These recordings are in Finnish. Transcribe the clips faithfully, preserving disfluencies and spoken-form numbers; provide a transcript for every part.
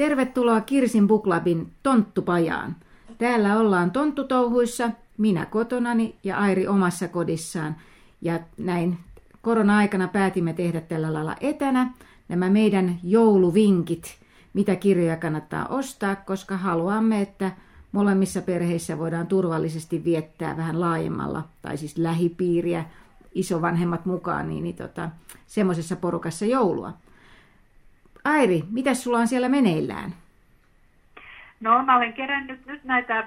Tervetuloa Kirsin Book Clubin tonttupajaan. Täällä ollaan tonttutouhuissa, minä kotonani ja Airi omassa kodissaan. Ja näin korona-aikana päätimme tehdä tällä lailla etänä nämä meidän jouluvinkit, mitä kirjoja kannattaa ostaa, koska haluamme, että molemmissa perheissä voidaan turvallisesti viettää vähän laajemmalla, tai siis lähipiiriä, isovanhemmat mukaan, niin, niin tota, semmoisessa porukassa joulua. Airi, mitä sulla on siellä meneillään? No, mä olen kerännyt nyt näitä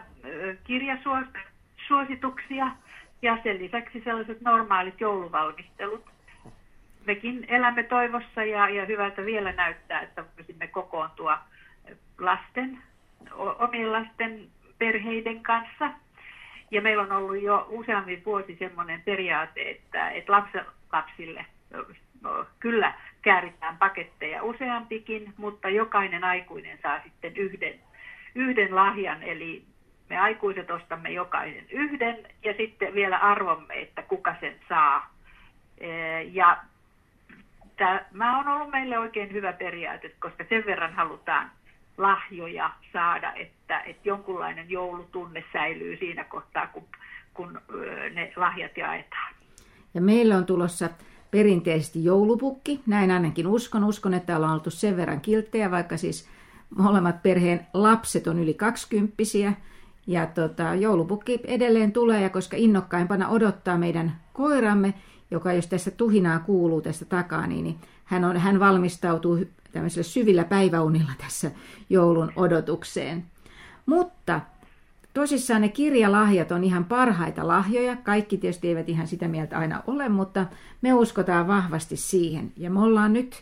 kirjasuosituksia ja sen lisäksi sellaiset normaalit jouluvalmistelut. Mekin elämme toivossa ja, ja hyvältä vielä näyttää, että voisimme kokoontua lasten, omien lasten perheiden kanssa. Ja meillä on ollut jo useammin vuosi semmoinen periaate, että, että lapsille no, kyllä kääritään paketteja useampikin, mutta jokainen aikuinen saa sitten yhden, yhden lahjan, eli me aikuiset ostamme jokaisen yhden ja sitten vielä arvomme, että kuka sen saa. Ja tämä on ollut meille oikein hyvä periaate, koska sen verran halutaan lahjoja saada, että, että jonkunlainen joulutunne säilyy siinä kohtaa, kun, kun ne lahjat jaetaan. Ja meillä on tulossa perinteisesti joulupukki, näin ainakin uskon. Uskon, että ollaan oltu sen verran kilttejä, vaikka siis molemmat perheen lapset on yli kaksikymppisiä. Ja tota, joulupukki edelleen tulee, ja koska innokkaimpana odottaa meidän koiramme, joka jos tässä tuhinaa kuuluu tästä takaa, niin hän, on, hän valmistautuu tämmöisellä syvillä päiväunilla tässä joulun odotukseen. Mutta tosissaan ne kirjalahjat on ihan parhaita lahjoja. Kaikki tietysti eivät ihan sitä mieltä aina ole, mutta me uskotaan vahvasti siihen. Ja me ollaan nyt,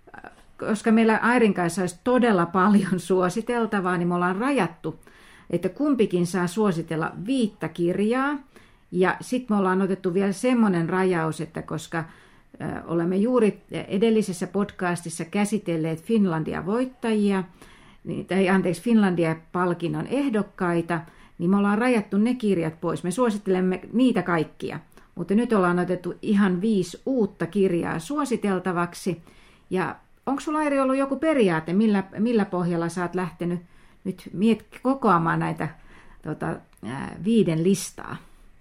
koska meillä Airin kanssa olisi todella paljon suositeltavaa, niin me ollaan rajattu, että kumpikin saa suositella viittä kirjaa. Ja sitten me ollaan otettu vielä semmoinen rajaus, että koska olemme juuri edellisessä podcastissa käsitelleet Finlandia-voittajia, tai anteeksi, Finlandia-palkinnon ehdokkaita, niin me ollaan rajattu ne kirjat pois. Me suosittelemme niitä kaikkia, mutta nyt ollaan otettu ihan viisi uutta kirjaa suositeltavaksi. Ja onko sulla, Airi, ollut joku periaate, millä, millä pohjalla sä oot lähtenyt nyt miet, kokoamaan näitä tota, ää, viiden listaa?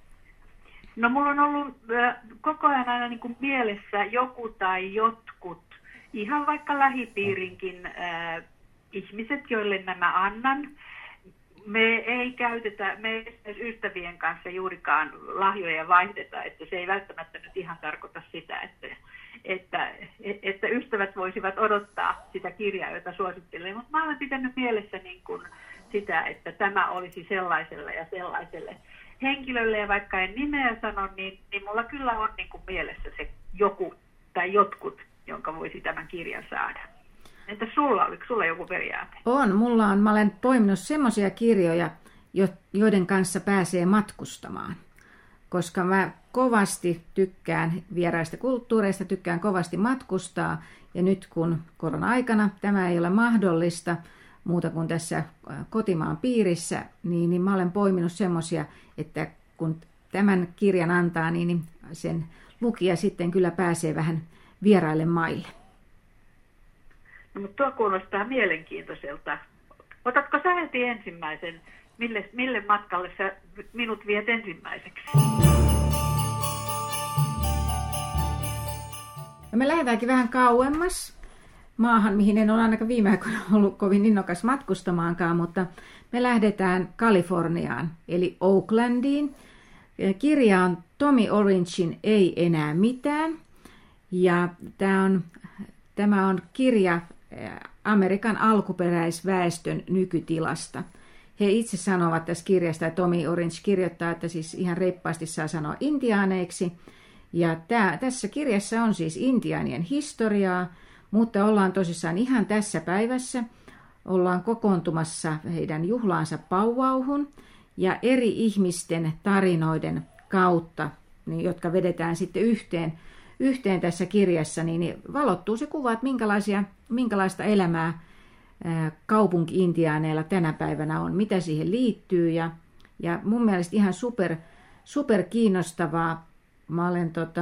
No, mulla on ollut äh, koko ajan aina niin kuin mielessä joku tai jotkut, ihan vaikka lähipiirinkin äh, ihmiset, joille mä annan. Me ei käytetä, me ei ystävien kanssa juurikaan lahjoja vaihdeta, että se ei välttämättä nyt ihan tarkoita sitä, että, että, että ystävät voisivat odottaa sitä kirjaa, jota suosittelen. Mutta mä olen pitänyt mielessä niin kuin sitä, että tämä olisi sellaiselle ja sellaiselle henkilölle, ja vaikka en nimeä sano, niin, niin mulla kyllä on niin kuin mielessä se joku tai jotkut, jonka voisi tämän kirjan saada. Entä sulla, oliko sulla joku periaate? On, mulla on. Mä olen poiminut semmoisia kirjoja, joiden kanssa pääsee matkustamaan. Koska mä kovasti tykkään vieraista kulttuureista, tykkään kovasti matkustaa, ja nyt kun korona-aikana tämä ei ole mahdollista, muuta kuin tässä kotimaan piirissä, niin, niin mä olen poiminut semmoisia, että kun tämän kirjan antaa, niin sen lukija sitten kyllä pääsee vähän vieraille maille. No, mutta tuo kuulostaa mielenkiintoiselta. Otatko sä heti ensimmäisen? Mille, mille matkalle sä minut viet ensimmäiseksi? No, me lähdetäänkin vähän kauemmas maahan, mihin en ole ainakaan viime aikoina ollut kovin innokas matkustamaankaan, mutta me lähdetään Kaliforniaan, eli Oaklandiin. Kirja on Tommy Orangein Ei enää mitään, ja tämä on, tämä on kirja Amerikan alkuperäisväestön nykytilasta. He itse sanovat tässä kirjasta, että Tommy Orange kirjoittaa, että siis ihan reippaasti saa sanoa intiaaneiksi, ja tämä, tässä kirjassa on siis intiaanien historiaa, mutta ollaan tosissaan ihan tässä päivässä, ollaan kokoontumassa heidän juhlaansa Pauwauhun ja eri ihmisten tarinoiden kautta, niin, jotka vedetään sitten yhteen, yhteen tässä kirjassa, niin valottuu se kuva, että minkälaisia, minkälaista elämää ää, kaupunki-intiaaneilla tänä päivänä on, mitä siihen liittyy, ja, ja mun mielestä ihan super, super kiinnostavaa. Mä olen tota,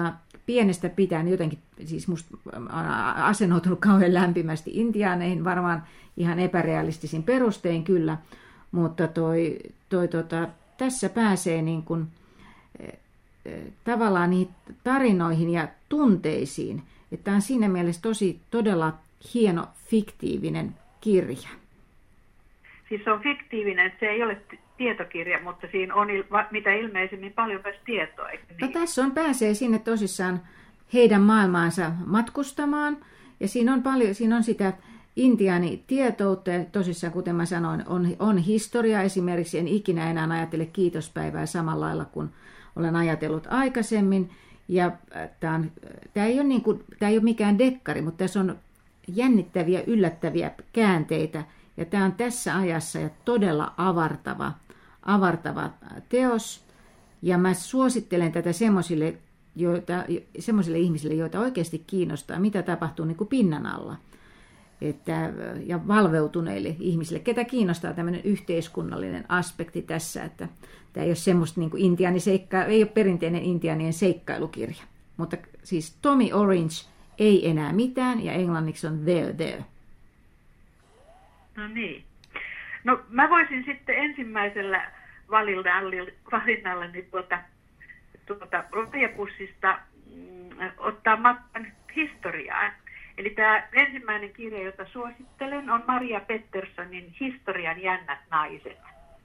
pienestä pitäen jotenkin, siis musta asennoitunut kauhean lämpimästi intiaaneihin, varmaan ihan epärealistisin perustein kyllä, mutta toi, toi, tota, tässä pääsee niin kuin, tavallaan niihin tarinoihin ja tunteisiin, että on siinä mielessä tosi todella hieno fiktiivinen kirja. Siis se on fiktiivinen, se ei ole tietokirja, mutta siinä on mitä ilmeisimmin paljon myös tietoa. Eikö niin? No tässä on, pääsee sinne tosissaan heidän maailmaansa matkustamaan, ja siinä on paljon, siinä on sitä intiaanitietoutta, ja tosissaan kuten mä sanoin, on, on historia esimerkiksi, en ikinä enää ajattele kiitospäivää samalla lailla kuin olen ajatellut aikaisemmin, ja tämä, on, tämä, ei ole niin kuin, tämä ei ole mikään dekkari, mutta tässä on jännittäviä, yllättäviä käänteitä, ja tämä on tässä ajassa ja todella avartava, avartava teos, ja mä suosittelen tätä semmoisille, joita, semmoisille ihmisille, joita oikeasti kiinnostaa, mitä tapahtuu niin kuin pinnan alla. Että, ja valveutuneille ihmisille, ketä kiinnostaa tämmöinen yhteiskunnallinen aspekti tässä, että tämä ei ole semmoista niin kuin intiaaniseikka, ei ole perinteinen intiaanien seikkailukirja, mutta siis Tommy Orange ei enää mitään, ja englanniksi on There There. No niin. No mä voisin sitten ensimmäisellä valinnallani tuota, tuota lahjapussista mm, ottaa matkan historiaa. Eli tämä ensimmäinen kirja, jota suosittelen, on Maria Petterssonin Historian jännät naiset.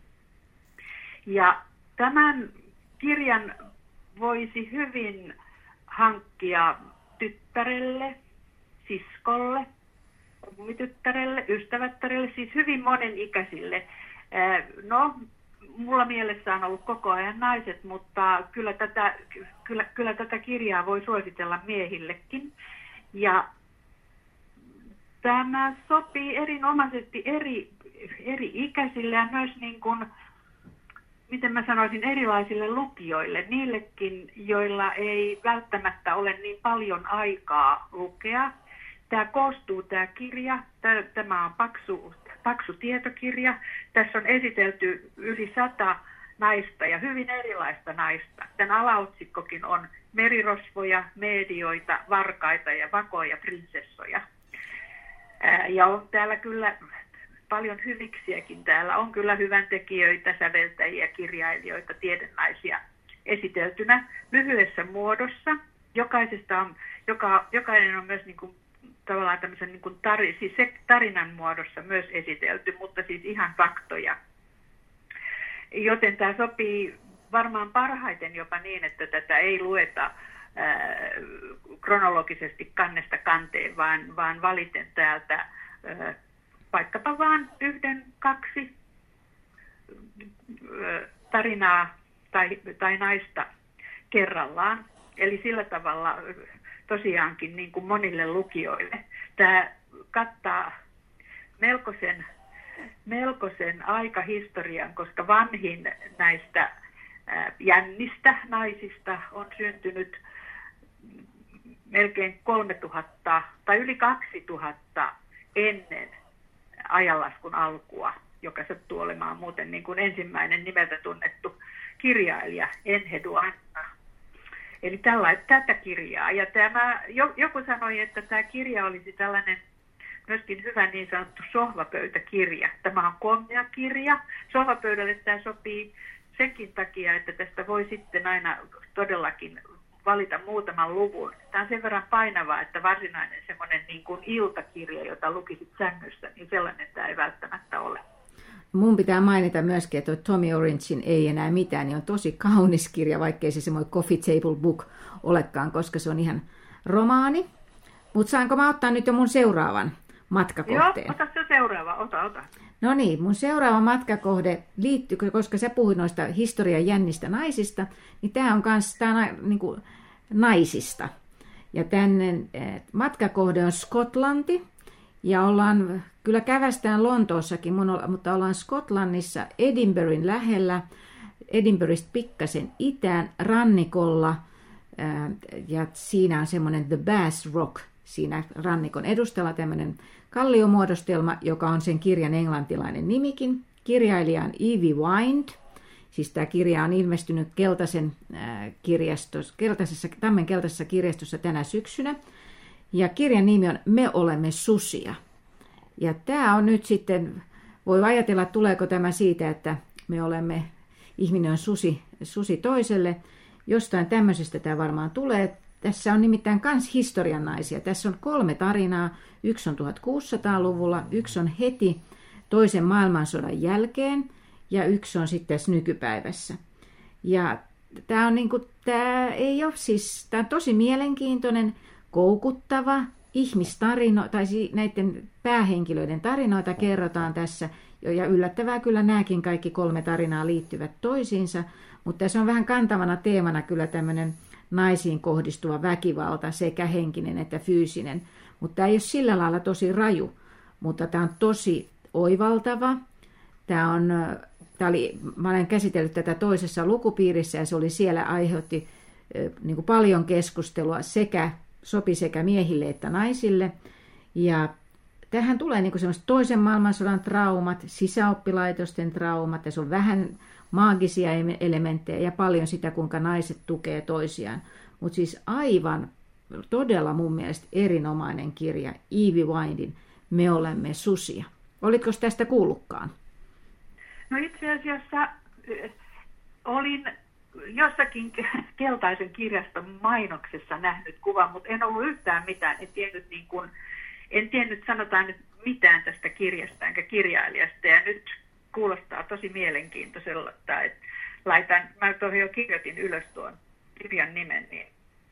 Ja tämän kirjan voisi hyvin hankkia tyttärelle, siskolle, kummityttärelle, ystävättärelle, siis hyvin monenikäisille. No, mulla mielessä on ollut koko ajan naiset, mutta kyllä tätä, kyllä, kyllä tätä kirjaa voi suositella miehillekin. Ja tämä sopii erinomaisesti eri, eri ikäisille ja myös niin kuin, miten mä sanoisin, erilaisille lukijoille, niillekin, joilla ei välttämättä ole niin paljon aikaa lukea. Tämä koostuu, tämä kirja, tämä on paksu, paksu tietokirja. Tässä on esitelty yli sata naista ja hyvin erilaista naista. Tämän alaotsikkokin on merirosvoja, medioita, varkaita ja vakoja prinsessoja. Ja on täällä kyllä paljon hyviksiäkin. Täällä on kyllä hyväntekijöitä, säveltäjiä, kirjailijoita, tiedennaisia esiteltynä lyhyessä muodossa. Jokaisesta on, joka, jokainen on myös niin kuin, tavallaan tämmöisen niin kuin tari, siis tarinan muodossa myös esitelty, mutta siis ihan faktoja. Joten tämä sopii varmaan parhaiten jopa niin, että tätä ei lueta ää, kronologisesti kannesta kanteen, vaan, vaan valiten täältä ää, vaikkapa vaan yhden, kaksi ää, tarinaa tai, tai naista kerrallaan. Eli sillä tavalla tosiaankin niin kuin monille lukijoille. Tämä kattaa melkoisen, melkoisen aikahistorian, koska vanhin näistä jännistä naisista on syntynyt melkein kolmetuhatta tai yli kaksituhatta ennen ajanlaskun alkua, joka sattuu olemaan muuten niin kuin ensimmäinen nimeltä tunnettu kirjailija Enhedu Anna. Eli tällä, tätä kirjaa. Ja tämä, joku sanoi, että tämä kirja olisi tällainen myöskin hyvä niin sanottu sohvapöytäkirja. Tämä on komea kirja. Sohvapöydälle tämä sopii senkin takia, että tästä voi sitten aina todellakin valita muutaman luvun. Tämä on sen verran painavaa, että varsinainen semmoinen niin kuin iltakirja, jota lukisit sängyssä, niin sellainen tämä ei välttämättä ole. Mun pitää mainita myöskin, että Tommy Orangein Ei enää mitään, niin on tosi kaunis kirja, vaikkei se semmoinen coffee table book olekaan, koska se on ihan romaani. Mutta saanko mä ottaa nyt jo mun seuraavan matkakohteen? Joo, ota se seuraava, ota, ota. No niin, mun seuraava matkakohde liittyy, koska sä puhuit noista historian jännistä naisista, niin tää on kans tää on, niin kuin, naisista. Ja tänne matkakohde on Skotlanti. Ja ollaan, kyllä kävästään Lontoossakin, mutta ollaan Skotlannissa Edinburghin lähellä, Edinburghista pikkasen itään rannikolla. Ja siinä on semmoinen The Bass Rock siinä rannikon edustalla, tämmöinen kalliomuodostelma, joka on sen kirjan englantilainen nimikin. Kirjailija on Evie Wynd. Siis tämä kirja on ilmestynyt Keltaisen kirjastossa, Keltaisessa, Tammen Keltaisessa kirjastossa tänä syksynä. Ja kirjan nimi on Me olemme susia. Ja tämä on nyt sitten, voi ajatella, tuleeko tämä siitä, että me olemme, ihminen on susi, susi toiselle. Jostain tämmöisestä tämä varmaan tulee. Tässä on nimittäin myös historian naisia. Tässä on kolme tarinaa. Yksi on tuhatkuusisataaluvulla, yksi on heti toisen maailmansodan jälkeen ja yksi on sitten tässä nykypäivässä. Ja tämä on, niinku, tämä ei ole siis, tämä on tosi mielenkiintoinen, koukuttava ihmistarino, tai näiden päähenkilöiden tarinoita kerrotaan tässä. Ja yllättävää kyllä nämäkin kaikki kolme tarinaa liittyvät toisiinsa, mutta tässä on vähän kantavana teemana kyllä tämmöinen naisiin kohdistuva väkivalta, sekä henkinen että fyysinen. Mutta tämä ei ole sillä lailla tosi raju, mutta tämä on tosi oivaltava. Tämä on, tämä oli, mä olen käsitellyt tätä toisessa lukupiirissä ja se oli siellä aiheutti niin kuin paljon keskustelua, sekä sopi sekä miehille että naisille. Ja tähän tulee niin kuin semmoiset toisen maailmansodan traumat, sisäoppilaitosten traumat, tässä on vähän maagisia elementtejä ja paljon sitä, kuinka naiset tukee toisiaan. Mutta siis aivan todella mun mielestä erinomainen kirja, Evie Wyndin Me olemme susia. Olitko tästä kuullutkaan? No itse asiassa olin jossakin Keltaisen kirjaston mainoksessa nähnyt kuvan, mutta en ollut yhtään mitään. En tiennyt, niin kuin, en tiennyt sanotaan nyt mitään tästä kirjasta enkä kirjailijasta. Ja nyt kuulostaa tosi mielenkiintoiselta, että laitan, mä tohon jo kirjoitin ylös tuon kirjan nimen, niin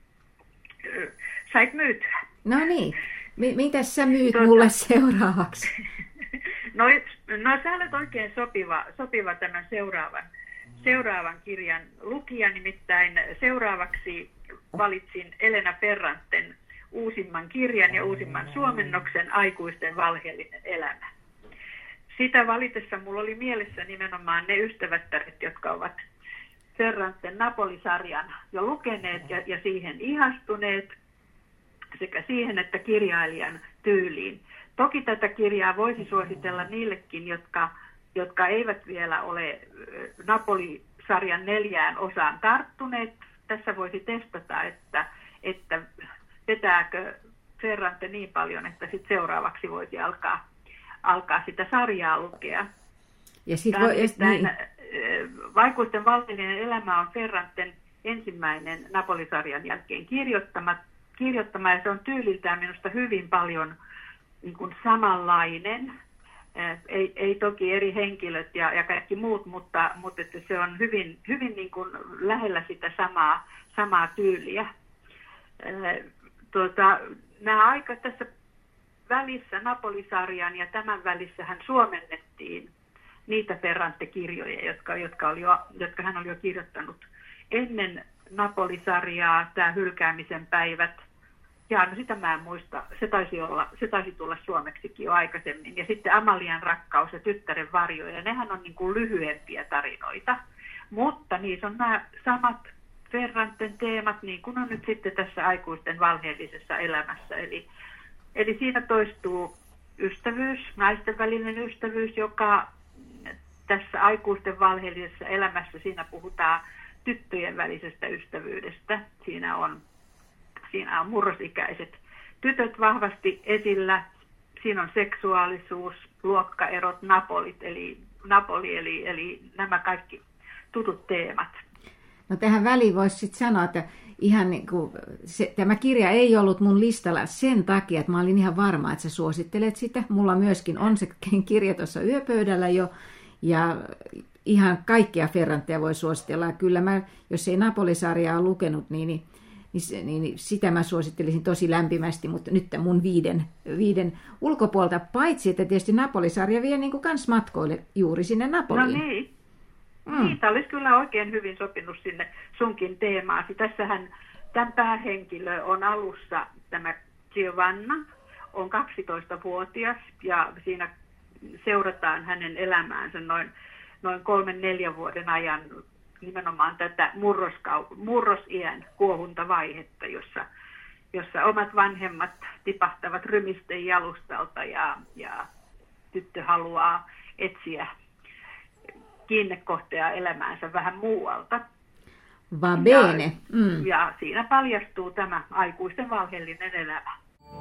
sait myytyä. No niin, M- mitäs sä myyt tuota, mulle seuraavaksi? No, no sä olet oikein sopiva, sopiva tämän seuraavan, seuraavan kirjan lukija, nimittäin seuraavaksi valitsin Elena Ferranten uusimman kirjan ja uusimman suomennoksen Aikuisten valheellinen elämä. Sitä valitessa mulla oli mielessä nimenomaan ne ystävättäret, jotka ovat Ferranten Napoli-sarjan jo lukeneet ja, ja siihen ihastuneet, sekä siihen että kirjailijan tyyliin. Toki tätä kirjaa voisi suositella niillekin, jotka, jotka eivät vielä ole Napoli-sarjan neljään osaan tarttuneet. Tässä voisi testata, että, että vetääkö Ferrante niin paljon, että sit seuraavaksi voisi alkaa, alkaa sitä sarjaa lukea. Ja sit voi, niin. Aikuisten valheellinen elämä on Ferranten ensimmäinen Napoli-sarjan jälkeen kirjoittama, kirjoittama ja se on tyyliltään minusta hyvin paljon niin kuin samanlainen. Ei, ei toki eri henkilöt ja, ja kaikki muut, mutta, mutta että se on hyvin, hyvin niin kuin lähellä sitä samaa, samaa tyyliä. Tuota, nämä aika tässä välissä Napoli-sarjan ja tämän välissä hän suomennettiin niitä Ferrante-kirjoja, jotka, jotka, oli jo, jotka hän oli jo kirjoittanut ennen Napoli-sarjaa, tämä Hylkäämisen päivät. Ja no sitä mä en muista, se taisi, olla, se taisi tulla suomeksikin jo aikaisemmin. Ja sitten Amalian rakkaus ja Tyttären varjo, ja nehän on niin kuin lyhyempiä tarinoita. Mutta niissä on nämä samat Ferranten teemat, niin kuin on nyt sitten tässä Aikuisten valheellisessa elämässä. Eli, eli siinä toistuu ystävyys, naisten välinen ystävyys, joka tässä Aikuisten valheellisessa elämässä, siinä puhutaan tyttöjen välisestä ystävyydestä. Siinä on, siinä on murrosikäiset tytöt vahvasti esillä. Siinä on seksuaalisuus, luokkaerot, Napolit, eli, Napoli, eli, eli nämä kaikki tutut teemat. No tähän väliin voisi sitten sanoa, että ihan niin kuin se, tämä kirja ei ollut mun listalla sen takia, että mä olin ihan varma, että sä suosittelet sitä. Mulla myöskin on se kirja tuossa yöpöydällä jo, ja ihan kaikkia Ferranteja voi suositella. Ja kyllä mä, jos ei Napoli-sarjaa ole lukenut, niin, niin, niin, niin sitä mä suosittelisin tosi lämpimästi, mutta nyt mun viiden, viiden ulkopuolta, paitsi että tietysti Napoli-sarja vie niin kuin kans matkoille juuri sinne Napoliin. No niin. Mm. Niitä olisi kyllä oikein hyvin sopinut sinne sunkin teemaasi. Tässähän tämän päähenkilö on alussa tämä Giovanna, on kaksitoistavuotias ja siinä seurataan hänen elämäänsä noin, noin kolmen neljän vuoden ajan nimenomaan tätä murroskau- murrosiän kuohuntavaihetta, jossa, jossa omat vanhemmat tipahtavat rymisten jalustalta ja, ja tyttö haluaa etsiä kiinnekohtaa elämäänsä vähän muualta. Va bene. Ja, mm. ja siinä paljastuu tämä aikuisten valheellinen elämä.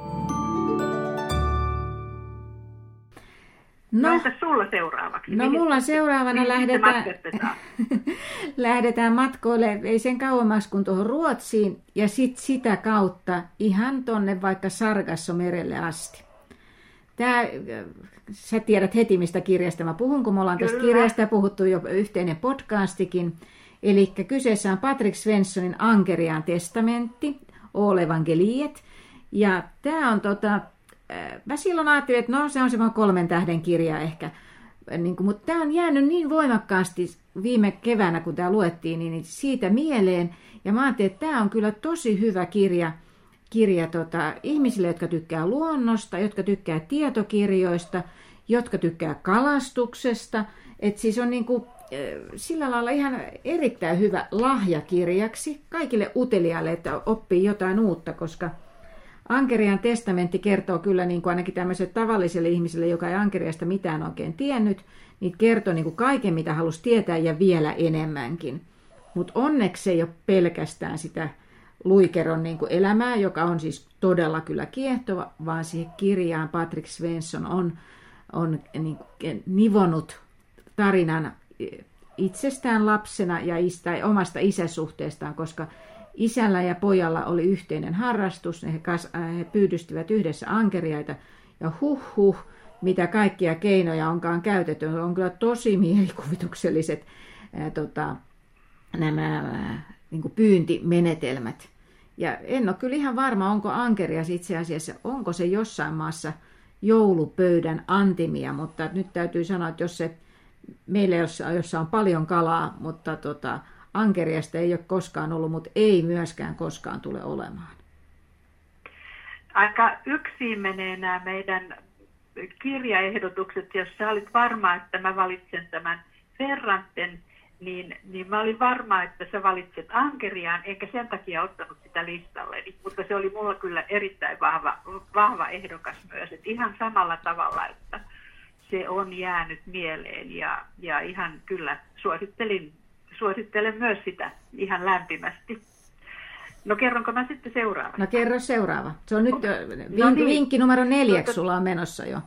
No, no entäs sulla seuraavaksi? No mihin, mulla seuraavana lähdetään, lähdetään matkoille, ei sen kauemmaksi kuin tuohon Ruotsiin, ja sitten sitä kautta ihan tonne vaikka Sargassomerelle asti. Tää, sä tiedät heti, mistä kirjasta mä puhun, kun me ollaan tästä kirjasta puhuttu jo yhteinen podcastikin. Eli kyseessä on Patrick Svensonin Ankeriaan testamentti, All Evangeliet, ja tämä on tota... Mä silloin ajattelin, että no se on semmoinen kolmen tähden kirja ehkä, niin kuin, mutta tämä on jäänyt niin voimakkaasti viime keväänä, kun tämä luettiin, niin siitä mieleen. Ja mä ajattelin, että tämä on kyllä tosi hyvä kirja, kirja tota, ihmisille, jotka tykkää luonnosta, jotka tykkää tietokirjoista, jotka tykkää kalastuksesta. Että siis on niin kuin, sillä lailla ihan erittäin hyvä lahjakirjaksi kaikille uteliaille, että oppii jotain uutta, koska Ankeriaan testamentti kertoo kyllä niin kuin ainakin tämmöiselle tavalliselle ihmiselle, joka ei Ankeriasta mitään oikein tiennyt, niin kertoo niin kuin kaiken, mitä halusi tietää ja vielä enemmänkin. Mutta onneksi ei ole pelkästään sitä luikeron niin kuin elämää, joka on siis todella kyllä kiehtova, vaan siihen kirjaan Patrick Svensson on, on niin kuin nivonut tarinan itsestään lapsena ja tai omasta isäsuhteestaan, koska isällä ja pojalla oli yhteinen harrastus, he, kas, he pyydystivät yhdessä ankeriaita ja huh huh, mitä kaikkia keinoja onkaan käytetty, on kyllä tosi mielikuvitukselliset ää, tota, nämä ää, niin kuin pyyntimenetelmät. Ja en ole kyllä ihan varma, onko ankerias itse asiassa, onko se jossain maassa joulupöydän antimia, mutta nyt täytyy sanoa, että jos se meillä jossa, jossa on paljon kalaa, mutta tota, ankeriasta ei ole koskaan ollut, mutta ei myöskään koskaan tule olemaan. Aika yksin menee nämä meidän kirjaehdotukset. Jos sä olit varma, että mä valitsen tämän Ferranten, niin, niin mä olin varma, että sä valitset Ankeriaan, enkä sen takia ottanut sitä listalleni. Mutta se oli mulla kyllä erittäin vahva, vahva ehdokas myös. Et ihan samalla tavalla, että se on jäänyt mieleen ja, ja ihan kyllä suosittelin Suosittelen myös sitä ihan lämpimästi. No kerronko mä sitten seuraava? No kerro seuraava. Se on nyt vink, no niin. vinkki numero neljäksi sulla on menossa jo.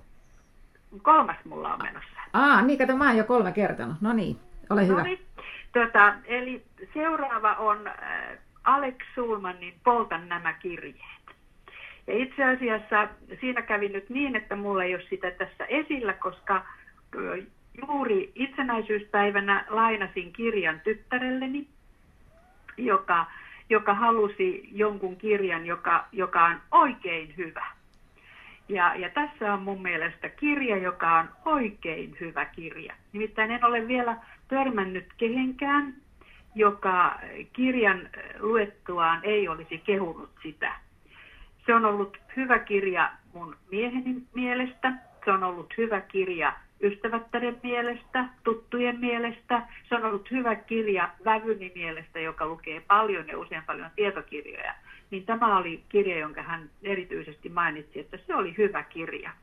Kolmas mulla on menossa. Aa, niin kato, mä oon jo kolme kertonut. No niin, ole hyvä. No niin. Tuota, eli seuraava on äh, Alex Shulmanin Poltan nämä kirjeet. Ja itse asiassa siinä kävi nyt niin, että mulla ei ole sitä tässä esillä, koska äh, juuri itsenäisyyspäivänä lainasin kirjan tyttärelleni, joka, joka halusi jonkun kirjan, joka, joka on oikein hyvä. Ja, ja tässä on mun mielestä kirja, joka on oikein hyvä kirja. Nimittäin en ole vielä törmännyt kehenkään, joka kirjan luettuaan ei olisi kehunut sitä. Se on ollut hyvä kirja mun mieheni mielestä, se on ollut hyvä kirja ystävättären mielestä, tuttujen mielestä. Se on ollut hyvä kirja vävyni mielestä, joka lukee paljon ja usein paljon tietokirjoja. Niin tämä oli kirja, jonka hän erityisesti mainitsi, että se oli hyvä kirja.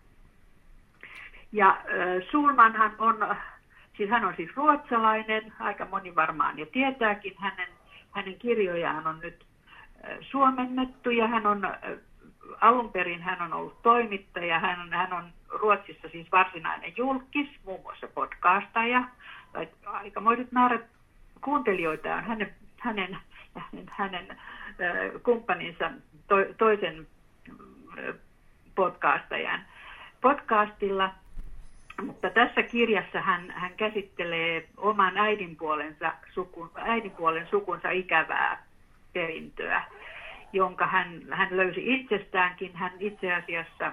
Ja äh, Shulmanhan on, siis hän on siis ruotsalainen, aika moni varmaan jo tietääkin, hänen, hänen kirjojaan on nyt äh, suomennettu ja hän on, äh, alun perin hän on ollut toimittaja, hän on, hän on Ruotsissa siis varsinainen julkis, muun muassa podcastaja. Aikamoiset määrät kuuntelijoita on hänen, hänen, hänen, hänen äh, kumppaninsa to, toisen äh, podcastajan podcastilla. Mutta tässä kirjassa hän, hän käsittelee oman äidinpuolensa sukun, äidinpuolen sukunsa ikävää perintöä, jonka hän, hän löysi itsestäänkin. Hän itse asiassa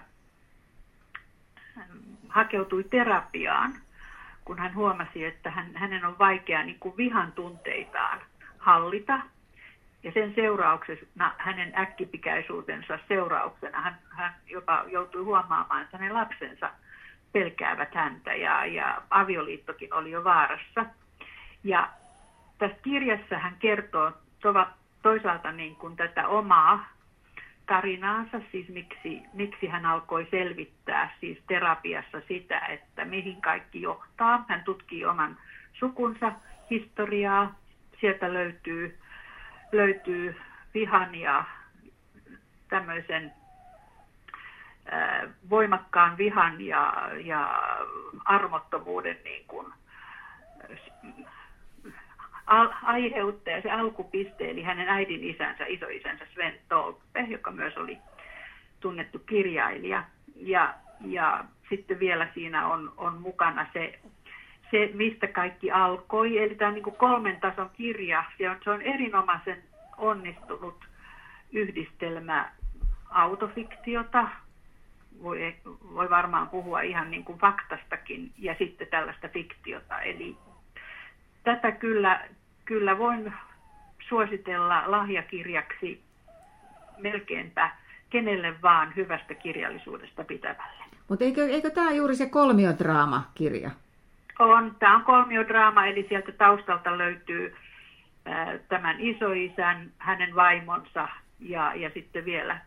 hakeutui terapiaan, kun hän huomasi, että hän, hänen on vaikea niin kuin vihan tunteitaan hallita. Ja sen seurauksena, hänen äkkipikäisuutensa seurauksena, hän, hän jopa joutui huomaamaan, että hänen lapsensa pelkäävät häntä ja, ja avioliittokin oli jo vaarassa. Ja tässä kirjassa hän kertoo tova, toisaalta niin kuin tätä omaa tarinaansa, siis miksi, miksi hän alkoi selvittää siis terapiassa sitä, että mihin kaikki johtaa. Hän tutkii oman sukunsa historiaa. Sieltä löytyy, löytyy vihan ja tämmöisen ää, voimakkaan vihan ja, ja armottomuuden niin kuin, al, aiheuttaja, se alkupiste, eli hänen äidin isänsä, isoisänsä Sven Tolpe, joka myös oli tunnettu kirjailija. Ja, ja sitten vielä siinä on, on mukana se, se, mistä kaikki alkoi. Eli tämä on niin kuin kolmen tason kirja. Se on, se on erinomaisen onnistunut yhdistelmä autofiktiota. Voi, voi varmaan puhua ihan niin kuin faktastakin ja sitten tällaista fiktiota. Eli tätä kyllä, kyllä voin suositella lahjakirjaksi melkeinpä kenelle vaan hyvästä kirjallisuudesta pitävälle. Mutta eikö, eikö tämä juuri se kolmiodraama-kirja? On. Tämä on kolmiodraama, eli sieltä taustalta löytyy ää, tämän isoisän, hänen vaimonsa ja, ja sitten vielä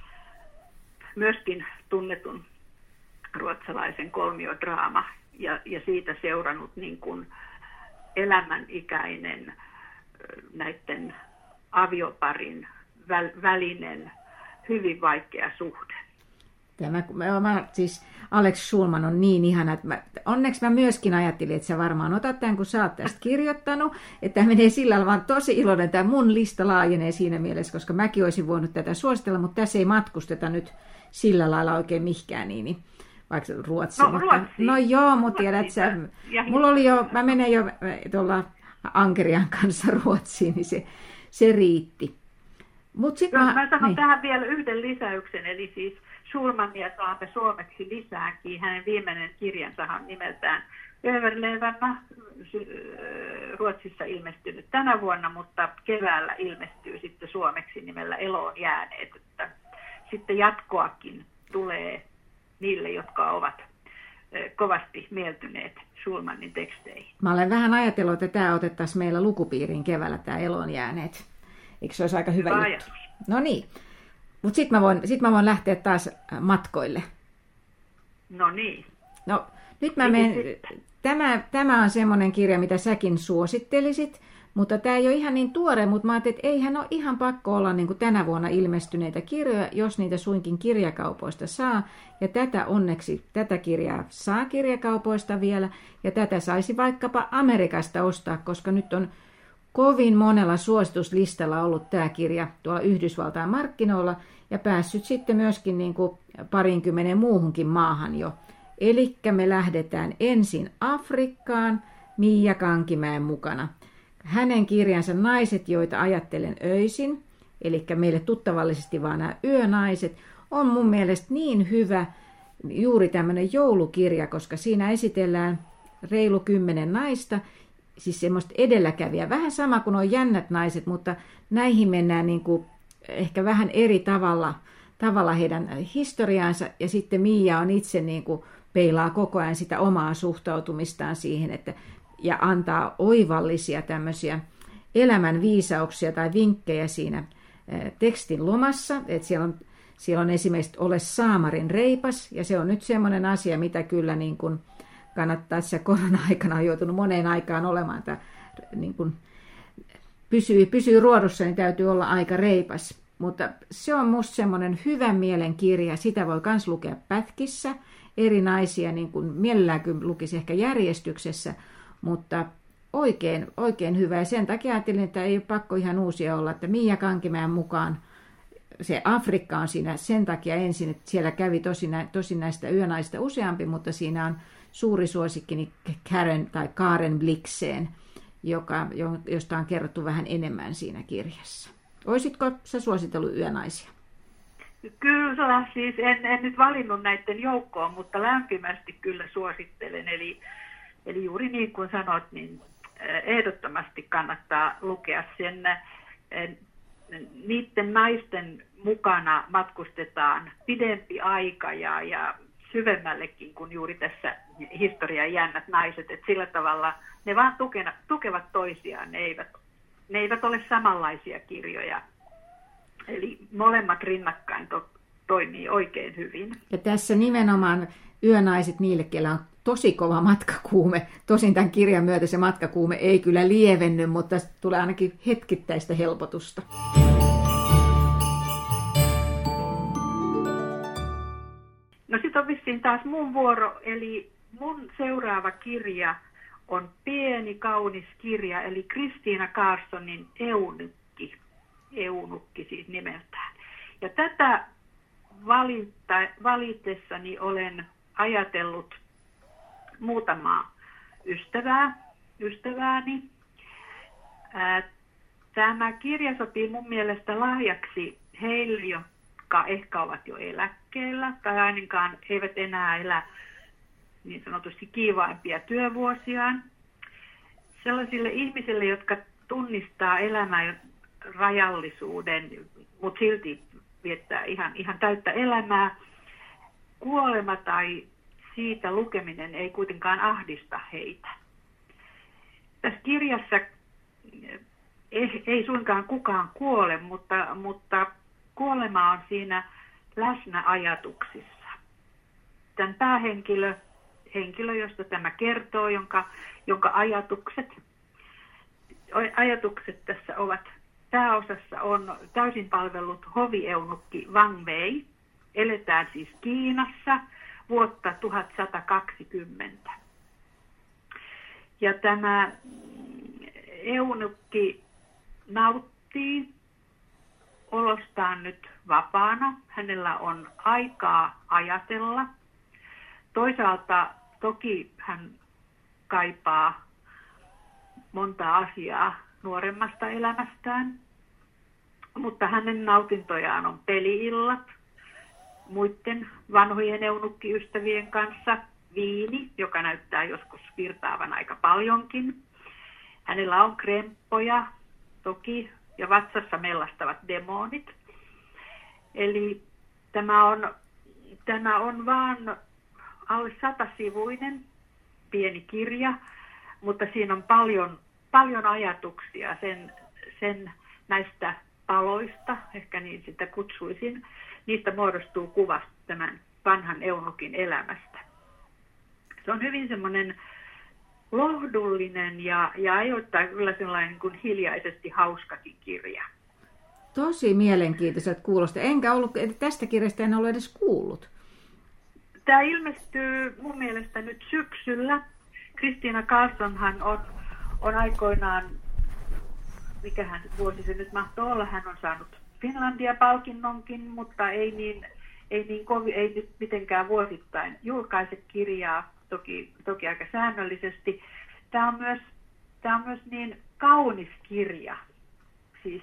myöskin tunnetun ruotsalaisen kolmiodraama ja, ja siitä seurannut niin kuin elämänikäinen näiden avioparin väl, välinen hyvin vaikea suhde. Tämä, mä, siis Alex Schulman on niin ihana, että mä, onneksi mä myöskin ajattelin, että sä varmaan otat tämän, kun sä oot tästä kirjoittanut, että tämä menee sillä tavalla, vaan tosi iloinen, tämä mun lista laajenee siinä mielessä, koska mäkin olisin voinut tätä suositella, mutta tässä ei matkusteta nyt sillä lailla oikein mihinkään niin, vaikka Ruotsiin. No, mutta, Ruotsiin. no joo, mutta tiedät sä, mulla oli jo, mä menen jo tuolla Ankerian kanssa Ruotsiin, niin se, se riitti. Mut sit mä, mä, mä sanon niin. tähän vielä yhden lisäyksen, eli siis Schulmania saamme suomeksi lisääkin. Hänen viimeinen kirjansa on nimeltään Överlevänä, Ruotsissa ilmestynyt tänä vuonna, mutta keväällä ilmestyy sitten suomeksi nimellä Eloon jääneet. Että sitten jatkoakin tulee niille, jotka ovat kovasti mieltyneet Schulmanin teksteihin. Mä olen vähän ajatellut, että tämä otettaisiin meillä lukupiiriin keväällä, tämä Eloon jääneet. Eikö se olisi aika hyvä juttu? Ajatus. No niin. Mutta sitten mä, voin, sit mä voin lähteä taas matkoille. No niin. No, nyt mä menen, tämä, tämä on semmoinen kirja, mitä säkin suosittelisit, mutta tämä ei ole ihan niin tuore, mutta mä ajattelin, että eihän ole ihan pakko olla niin kuin tänä vuonna ilmestyneitä kirjoja, jos niitä suinkin kirjakaupoista saa. Ja tätä onneksi, tätä kirjaa saa kirjakaupoista vielä, ja tätä saisi vaikkapa Amerikasta ostaa, koska nyt on kovin monella suosituslistalla ollut tämä kirja tuolla Yhdysvaltain markkinoilla ja päässyt sitten myöskin niin kuin parinkymmenen muuhunkin maahan jo. Elikkä me lähdetään ensin Afrikkaan Miia Kankimäen mukana. Hänen kirjansa Naiset, joita ajattelen öisin, eli meille tuttavallisesti vaan nämä yönaiset, on mun mielestä niin hyvä juuri tämmöinen joulukirja, koska siinä esitellään reilu kymmenen naista, siis semmoista edelläkävijää, vähän sama kuin on Jännät naiset, mutta näihin mennään niin kuin ehkä vähän eri tavalla, tavalla heidän historiaansa, ja sitten Miia on itse niin kuin peilaa koko ajan sitä omaa suhtautumistaan siihen, että, ja antaa oivallisia tämmöisiä elämän viisauksia tai vinkkejä siinä tekstin lomassa, että siellä on, siellä on esimerkiksi Ole saamarin reipas, ja se on nyt semmoinen asia, mitä kyllä niin kuin kannattaa, että se korona-aikana on joutunut moneen aikaan olemaan, että niin kuin pysyy, pysyy ruodussa, niin täytyy olla aika reipas. Mutta se on musta semmoinen hyvän mielen kirja, sitä voi myös lukea pätkissä, eri naisia, niin kuin mielellään kyllä lukisi ehkä järjestyksessä, mutta oikein, oikein hyvä. Ja sen takia ajattelin, että ei ole pakko ihan uusia olla, että Miia Kankimäen mukaan se Afrikka on siinä sen takia ensin, että siellä kävi tosi, tosi näistä yönaista useampi, mutta siinä on suuri suosikkini Karen tai Karen Blixen, joka, josta on kerrottu vähän enemmän siinä kirjassa. Olisitko sä suositellut yönaisia? Kyllä, siis en, en nyt valinnut näiden joukkoon, mutta lämpimästi kyllä suosittelen. Eli, eli juuri niin kuin sanot, niin ehdottomasti kannattaa lukea sen. Niiden naisten mukana matkustetaan pidempi aika ja, ja syvemmällekin kuin juuri tässä historian jännät naiset. Et sillä tavalla ne vaan tukena, tukevat toisiaan, ne eivät, ne eivät ole samanlaisia kirjoja. Eli molemmat rinnakkain to, toimii oikein hyvin. Ja tässä nimenomaan yönaiset niille, kellä on tosi kova matkakuume. Tosin tämän kirjan myötä se matkakuume ei kyllä lievenny, mutta tulee ainakin hetkittäistä helpotusta. No sitten on vissiin taas mun vuoro, eli mun seuraava kirja on pieni, kaunis kirja, eli Christina Carlsonin Eunukki. Eunukki siis nimeltään. Ja tätä valita, valitessani olen ajatellut muutamaa ystävää, ystävääni. Ää, tämä kirja sopii mun mielestä lahjaksi heille, jotka ehkä ovat jo eläkkeellä, tai ainakaan eivät enää elä niin sanotusti kiivaimpia työvuosiaan. Sellaisille ihmisille, jotka tunnistaa elämän rajallisuuden, mutta silti viettää ihan, ihan täyttä elämää. Kuolema tai siitä lukeminen ei kuitenkaan ahdista heitä. Tässä kirjassa ei, ei suinkaan kukaan kuole, mutta, mutta kuolema on siinä läsnä ajatuksissa. Tämän päähenkilö, henkilö, josta tämä kertoo, jonka, jonka ajatukset, ajatukset tässä ovat pääosassa on täysin palvellut hovieunukki Wang Wei. Eletään siis Kiinassa vuotta tuhatsata-kaksikymmentä. Ja tämä eunukki nauttii olostaan nyt vapaana. Hänellä on aikaa ajatella. Toisaalta toki hän kaipaa monta asiaa nuoremmasta elämästään, mutta hänen nautintojaan on peli-illat muiden vanhojen eunukkiystävien kanssa, viini, joka näyttää joskus virtaavan aika paljonkin. Hänellä on kremppoja toki ja vatsassa mellastavat demonit. Eli tämä on, tämä on vaan alle satasivuinen pieni kirja, mutta siinä on paljon, paljon ajatuksia sen, sen näistä paloista, ehkä niin sitä kutsuisin. Niistä muodostuu kuva tämän vanhan eunukin elämästä. Se on hyvin semmoinen lohdullinen ja, ja ajoittain kyllä sellainen niin kuin hiljaisesti hauskakin kirja. Tosi mielenkiintoiset kuulosta. Enkä ollut, tästä kirjasta en ollut edes kuullut. Tämä ilmestyy mun mielestä nyt syksyllä. Christina Carlsonhan on, on aikoinaan, mikähän vuosi se nyt mahtoi olla, hän on saanut Finlandia-palkinnonkin, mutta ei niin, ei niin kovin, ei nyt mitenkään vuosittain julkaise kirjaa, toki, toki aika säännöllisesti. Tämä on myös, tämä on myös niin kaunis kirja. Siis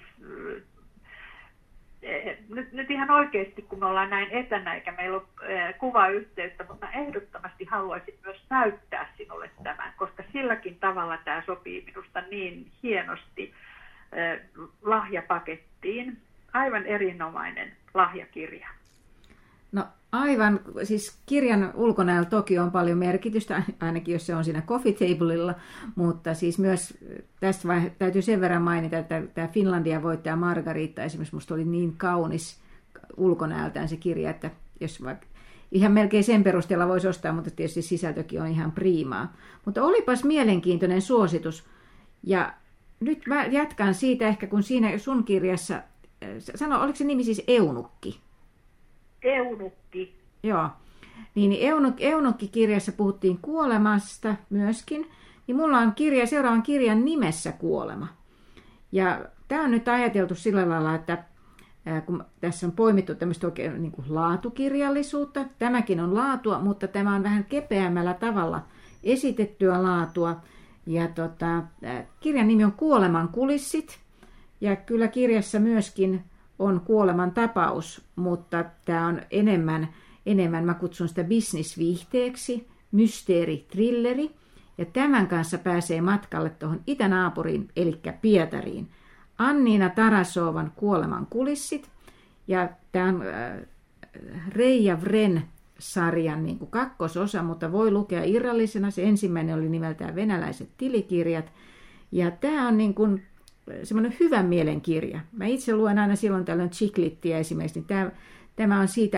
nyt, nyt ihan oikeasti, kun me ollaan näin etänä eikä meillä ole kuvayhteyttä, mutta mä ehdottomasti haluaisin myös näyttää sinulle tämän, koska silläkin tavalla tämä sopii minusta niin hienosti lahjapakettiin. Aivan erinomainen lahjakirja. No aivan, siis kirjan ulkonäöllä toki on paljon merkitystä, ainakin jos se on siinä coffee tableilla, mutta siis myös tästä vai, täytyy sen verran mainita, että tämä Finlandia voittaja Margarita esimerkiksi musta oli niin kaunis ulkonäöltään se kirja, että jos vaikka ihan melkein sen perusteella voisi ostaa, mutta tietysti sisältökin on ihan priimaa. Mutta olipas mielenkiintoinen suositus ja nyt mä jatkan siitä ehkä, kun siinä sun kirjassa, sano, oliko se nimi siis Eunukki? Eunukki. Joo. Niin Eunuk, Eunukki-kirjassa puhuttiin kuolemasta myöskin. Niin mulla on kirja, seuraavan kirjan nimessä kuolema. Ja tämä on nyt ajateltu sillä lailla, että kun tässä on poimittu tämmöistä oikein niin kuin laatukirjallisuutta. Tämäkin on laatua, mutta tämä on vähän kepeämmällä tavalla esitettyä laatua. Ja tota, kirjan nimi on Kuoleman kulissit. Ja kyllä kirjassa myöskin on kuoleman tapaus, mutta tämä on enemmän, enemmän mä kutsun sitä bisnisviihteeksi, mysteeritrilleri. Ja tämän kanssa pääsee matkalle tuohon itänaapuriin, eli Pietariin. Anniina Tarasovan Kuoleman kulissit. Ja tämä on äh, Reija Vren sarjan niin kuin kakkososa, mutta voi lukea irrallisena. Se ensimmäinen oli nimeltään Venäläiset tilikirjat. Ja tämä on niin kuin semmoinen hyvän mielen kirja. Mä itse luen aina silloin tällöin Chiklittiä esimerkiksi. Tämä, tämä on siitä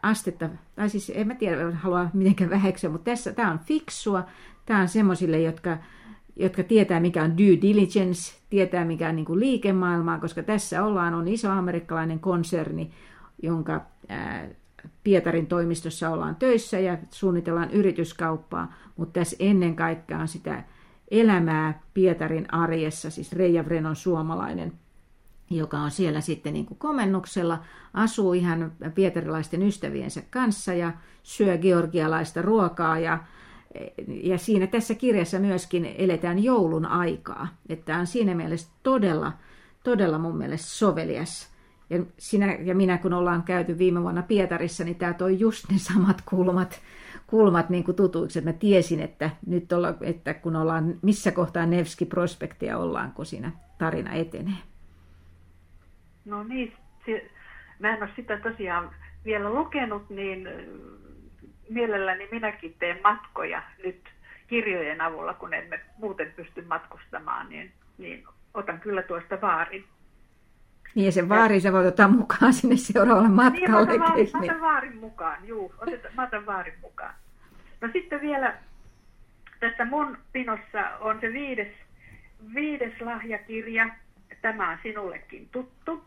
astetta, tai siis en mä tiedä, halua mitenkään väheksyä, mutta tässä tämä on fiksua. Tämä on semmoisille, jotka, jotka tietää, mikä on due diligence, tietää, mikä on niin kuin liikemaailmaa, koska tässä ollaan, on iso amerikkalainen konserni, jonka ää, Pietarin toimistossa ollaan töissä ja suunnitellaan yrityskauppaa, mutta tässä ennen kaikkea on sitä elämää Pietarin arjessa, siis Reija Vrenon suomalainen, joka on siellä sitten niin kuin komennuksella, asuu ihan pietarilaisten ystäviensä kanssa ja syö georgialaista ruokaa. Ja, ja siinä tässä kirjassa myöskin eletään joulun aikaa. Että on siinä mielessä todella, todella mun mielestä sovelias. Ja, sinä ja minä, kun ollaan käyty viime vuonna Pietarissa, niin tämä toi just ne samat kulmat, kulmat niin kuin tutuiksi. Että mä tiesin, että nyt olla, että kun ollaan, missä kohtaa Nevski Prospektia ollaan, kun siinä tarina etenee. No niin, mä en ole sitä tosiaan vielä lukenut, niin mielelläni minäkin teen matkoja nyt kirjojen avulla, kun emme muuten pysty matkustamaan, niin, niin otan kyllä tuosta vaarin. Niin ja sen vaarin sä voit ottaa mukaan sinne seuraavalle matkalle. Niin, mä otan, mä otan vaarin mukaan, juu, otetaan, mä otan vaarin mukaan. No sitten vielä tässä mun pinossa on se viides, viides lahjakirja, tämä on sinullekin tuttu.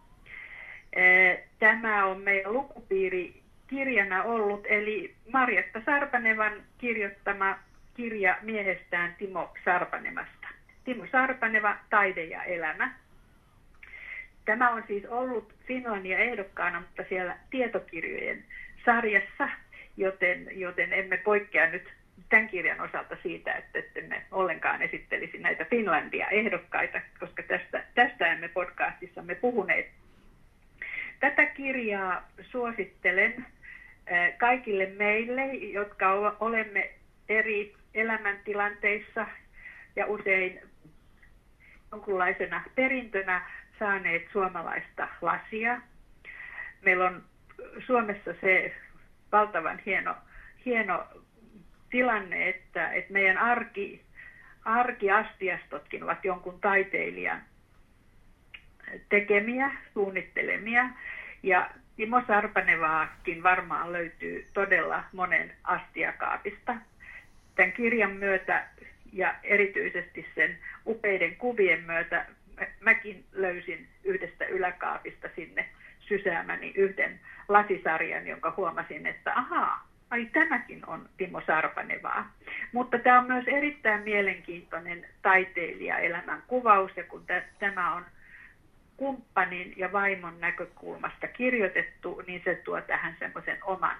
Tämä on meidän lukupiirikirjana ollut, eli Marjatta Sarpanevan kirjoittama kirja miehestään Timo Sarpanevasta. Timo Sarpaneva, Taide ja elämä. Tämä on siis ollut Finlandia ehdokkaana, mutta siellä tietokirjojen sarjassa, joten, joten emme poikkea nyt tämän kirjan osalta siitä, että emme ollenkaan esittelisi näitä Finlandia ehdokkaita, koska tästä, tästä emme podcastissamme puhuneet. Tätä kirjaa suosittelen kaikille meille, jotka olemme eri elämäntilanteissa ja usein jonkunlaisena perintönä saaneet suomalaista lasia. Meillä on Suomessa se valtavan hieno, hieno tilanne, että, että meidän arki, arkiastiastotkin ovat jonkun taiteilijan tekemiä, suunnittelemia. Ja Timo Sarpanevaakin varmaan löytyy todella monen astiakaapista. Tämän kirjan myötä ja erityisesti sen upeiden kuvien myötä mäkin löysin yhdestä yläkaapista sinne sysäämäni yhden lasisarjan, jonka huomasin, että ahaa, ai tämäkin on Timo Sarpanevaa. Mutta tämä on myös erittäin mielenkiintoinen taiteilijaelämän kuvaus, ja kun t- tämä on kumppanin ja vaimon näkökulmasta kirjoitettu, niin se tuo tähän semmoisen oman,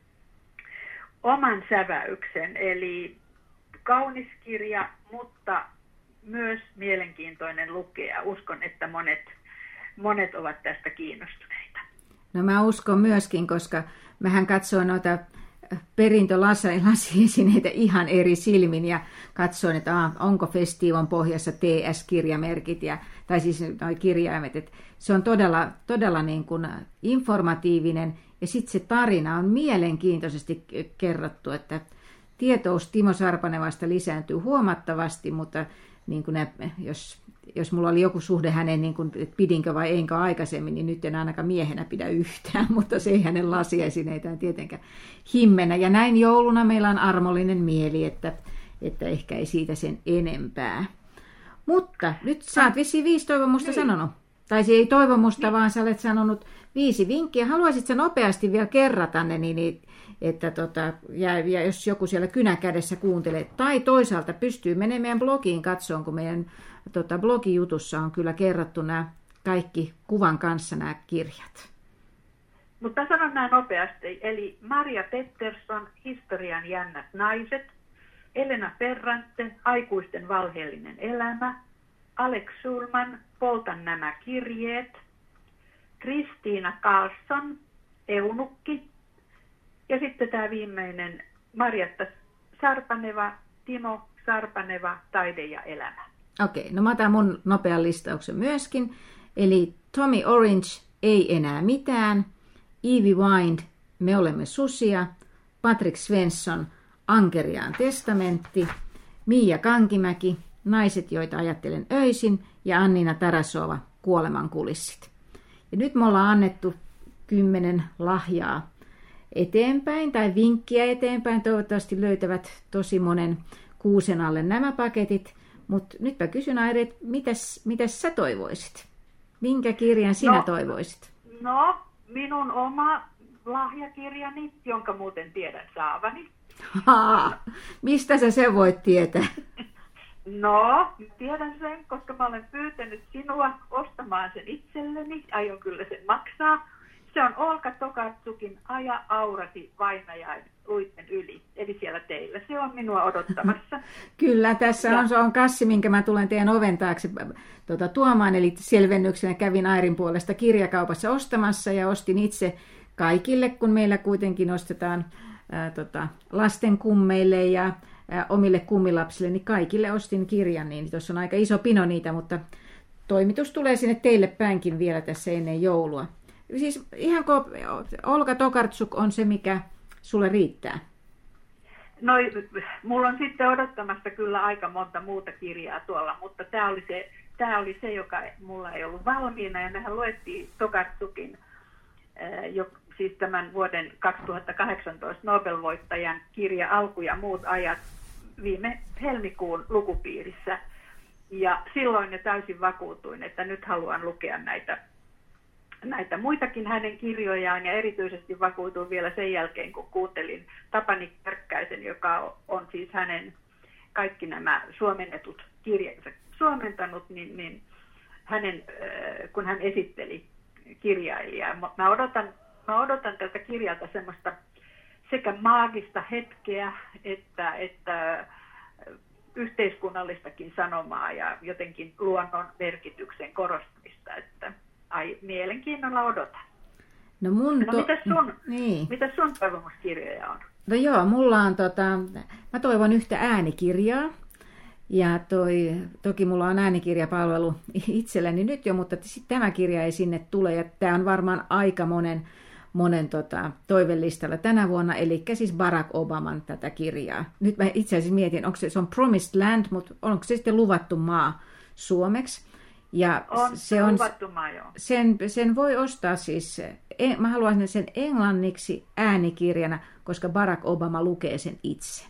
oman säväyksen. Eli kaunis kirja, mutta myös mielenkiintoinen lukea. Uskon, että monet, monet ovat tästä kiinnostuneita. No mä uskon myöskin, koska mähän katsoin noita perintölasiesineitä ihan eri silmin ja katsoin, että ah, onko Festivon pohjassa T S-kirjamerkit, ja, tai siis noi kirjaimet. Että se on todella, todella niin kuin informatiivinen, ja sitten se tarina on mielenkiintoisesti kerrottu, että tietous Timo Sarpanevasta lisääntyy huomattavasti, mutta niin kuin ne, jos, jos mulla oli joku suhde hänen, niin kuin, että pidinkö vai enkö aikaisemmin, niin nyt en ainakaan miehenä pidä yhtään, mutta se ei hänen lasiesineitään tietenkään himmenä. Ja näin jouluna meillä on armollinen mieli, että, että ehkä ei siitä sen enempää. Mutta nyt sä oot vissiin viisi toivomusta niin sanonut. Tai se ei toivomusta, niin, vaan sä olet sanonut viisi vinkkiä. Haluaisit sä nopeasti vielä kerrata ne, niin, että tota, ja, ja jos joku siellä kynän kädessä kuuntelee, tai toisaalta pystyy menemään meidän blogiin katsomaan, kun meidän tota, blogijutussa on kyllä kerrottu nämä kaikki kuvan kanssa nämä kirjat. Mutta sanon nämä nopeasti. Eli Maria Pettersson, Historian jännät naiset, Elena Ferrante, Aikuisten valheellinen elämä, Alex Schulman, Poltan nämä kirjeet, Kristiina Karlsson, Eunukki, ja sitten tämä viimeinen Marjatta Sarpaneva, Timo Sarpaneva, Taide ja elämä. Okei, no mä otan mun nopean listauksen myöskin. Eli Tommy Orange, Ei enää mitään, Evie Wind, Me olemme susia, Patrick Svensson, Ankeriaan testamentti, Miia Kankimäki, Naiset, joita ajattelen öisin, ja Annina Tarasova, Kuoleman kulissit. Ja nyt me ollaan annettu kymmenen lahjaa eteenpäin tai vinkkiä eteenpäin. Toivottavasti löytävät tosi monen kuusen alle nämä paketit. Mutta nytpä kysyn, Airi, että mitäs, mitäs sä toivoisit? Minkä kirjan sinä no, toivoisit? No, minun oma lahjakirjani, jonka muuten tiedän saavani. Haa, mistä sä sen voit tietää? No, tiedän sen, koska mä olen pyytänyt sinua ostamaan sen itselleni. Aion kyllä sen maksaa. Se on Olka Tokarczukin Aja Aurasi vainajain luitten yli, eli siellä teillä. Se on minua odottamassa. Kyllä, tässä on, se on kassi, minkä mä tulen teidän oven taakse tuota, tuomaan, eli selvennyksenä kävin Airin puolesta kirjakaupassa ostamassa ja ostin itse kaikille, kun meillä kuitenkin ostetaan ää, tota, lasten kummeille ja ää, omille kummilapsille, niin kaikille ostin kirjan, niin tuossa on aika iso pino niitä, mutta toimitus tulee sinne teille päinkin vielä tässä ennen joulua. Siis ihan kun Olka Tokarczuk on se, mikä sulle riittää. No, mulla on sitten odottamassa kyllä aika monta muuta kirjaa tuolla, mutta tämä oli se, tämä oli se joka mulla ei ollut valmiina, ja mehän luettiin Tokarczukin, jo, siis tämän vuoden kaksituhattakahdeksantoista Nobel-voittajan kirja Alku ja muut ajat viime helmikuun lukupiirissä, ja silloin jo täysin vakuutuin, että nyt haluan lukea näitä näitä muitakin hänen kirjojaan, ja erityisesti vakuutuin vielä sen jälkeen, kun kuuntelin Tapani Kärkkäisen, joka on siis hänen kaikki nämä suomennetut kirjansa suomentanut, niin, niin hänen, kun hän esitteli kirjailijaa. Mä odotan, mä odotan tältä kirjalta semmoista sekä maagista hetkeä, että, että yhteiskunnallistakin sanomaa ja jotenkin luonnon merkityksen korostamista, että ai, mielenkiinnolla odotan. No, mun to... no mitäs sun, niin. mitäs sun toivomuskirjoja on? No joo, mulla on tota, mä toivon yhtä äänikirjaa. Ja toi, toki mulla on äänikirjapalvelu itselleni nyt jo, mutta tämä kirja ei sinne tule. Ja tämä on varmaan aika monen, monen tota, toivelistalla tänä vuonna, eli siis Barack Obaman tätä kirjaa. Nyt mä itse asiassa mietin, onko se, se on Promised Land, mutta onko se sitten luvattu maa suomeksi? Ja on se on, maa, joo. Sen, sen voi ostaa siis, mä haluaisin sen englanniksi äänikirjana, koska Barack Obama lukee sen itse.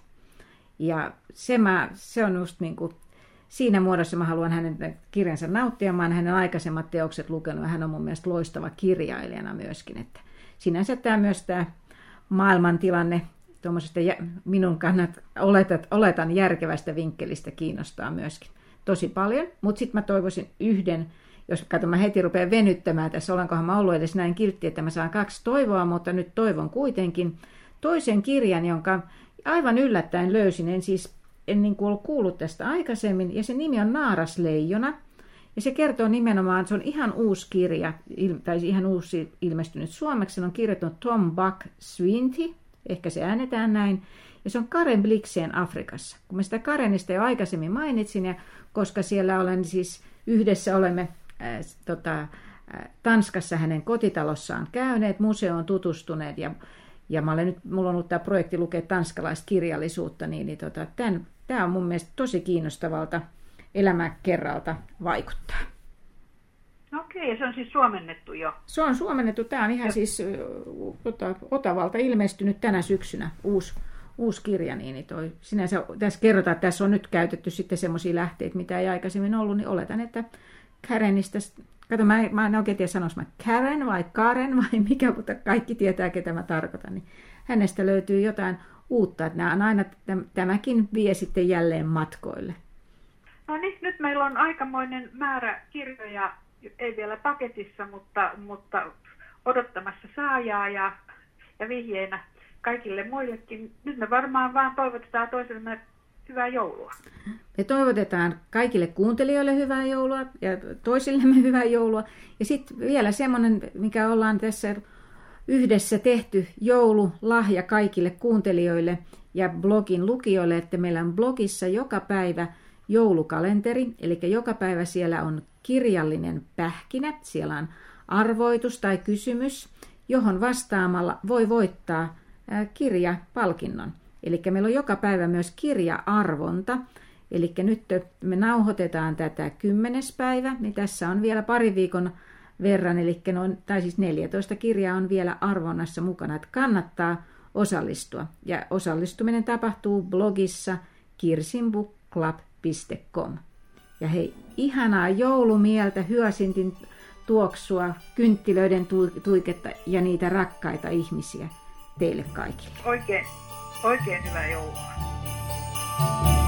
Ja se, mä, se on just niin kuin, siinä muodossa mä haluan hänen kirjansa nauttia. Mä oon hänen aikaisemmat teokset lukenut, ja hän on mun mielestä loistava kirjailijana myöskin. Että sinänsä tämä myös tämä maailmantilanne tuommoisesta minun kannat oletat, oletan järkevästä vinkkelistä kiinnostaa myöskin tosi paljon, mutta sitten mä toivoisin yhden, jos katson, mä heti rupean venyttämään tässä, olenkohan mä ollut edes näin kiltti, että mä saan kaksi toivoa, mutta nyt toivon kuitenkin toisen kirjan, jonka aivan yllättäen löysin, en siis en niin kuin ollut kuullut tästä aikaisemmin, ja se nimi on Naarasleijona, ja se kertoo nimenomaan, se on ihan uusi kirja, tai ihan uusi ilmestynyt suomeksi, sen on kirjoittanut Tom Buck-Swinty, ehkä se äänetään näin, ja se on Karen Blixen Afrikassa. Kun mä sitä Karenista jo aikaisemmin mainitsin, ja koska siellä olen siis yhdessä olemme äh, tota, äh, Tanskassa hänen kotitalossaan käyneet, museoon tutustuneet, ja, ja mä olen nyt, mulla on ollut tämä projekti lukea tanskalaista kirjallisuutta, niin, niin tota, tämä on mun mielestä tosi kiinnostavalta elämäkerralta vaikuttaa. Okei, ja se on siis suomennettu jo? Se on suomennettu. Tämä on ihan ja. siis ota, Otavalta ilmestynyt tänä syksynä uusi, uusi kirja. Niin toi, sinänsä, tässä kerrotaan, että tässä on nyt käytetty sitten semmoisia lähteitä, mitä ei aikaisemmin ollut, niin oletan, että Karenista, kato, mä, mä en oikein tiedä sanoisi, mä Karen vai Karen vai mikä, mutta kaikki tietää, ketä mä tarkoitan, niin hänestä löytyy jotain uutta, että nämä on aina, tämäkin vie sitten jälleen matkoille. No niin, nyt meillä on aikamoinen määrä kirjoja, ei vielä paketissa, mutta, mutta odottamassa saajaa ja, ja vihjeenä kaikille muillekin. Nyt me varmaan vaan toivotetaan toisellemme hyvää joulua. Me toivotetaan kaikille kuuntelijoille hyvää joulua ja toisillemme hyvää joulua. Ja sitten vielä semmoinen, mikä ollaan tässä yhdessä tehty joululahja kaikille kuuntelijoille ja blogin lukijoille, että meillä on blogissa joka päivä joulukalenteri, eli joka päivä siellä on kirjallinen pähkinä, siellä on arvoitus tai kysymys, johon vastaamalla voi voittaa kirjapalkinnon. Eli meillä on joka päivä myös kirja-arvonta, eli nyt me nauhoitetaan tätä kymmenes päivä, niin tässä on vielä pari viikon verran, eli noin, tai siis neljätoista kirjaa on vielä arvonnassa mukana, että kannattaa osallistua. Ja osallistuminen tapahtuu blogissa kirsinbookclub piste com. Ja hei, ihanaa joulumieltä, hyasintin tuoksua, kynttilöiden tuiketta ja niitä rakkaita ihmisiä teille kaikille. Oikein, oikein hyvää joulua.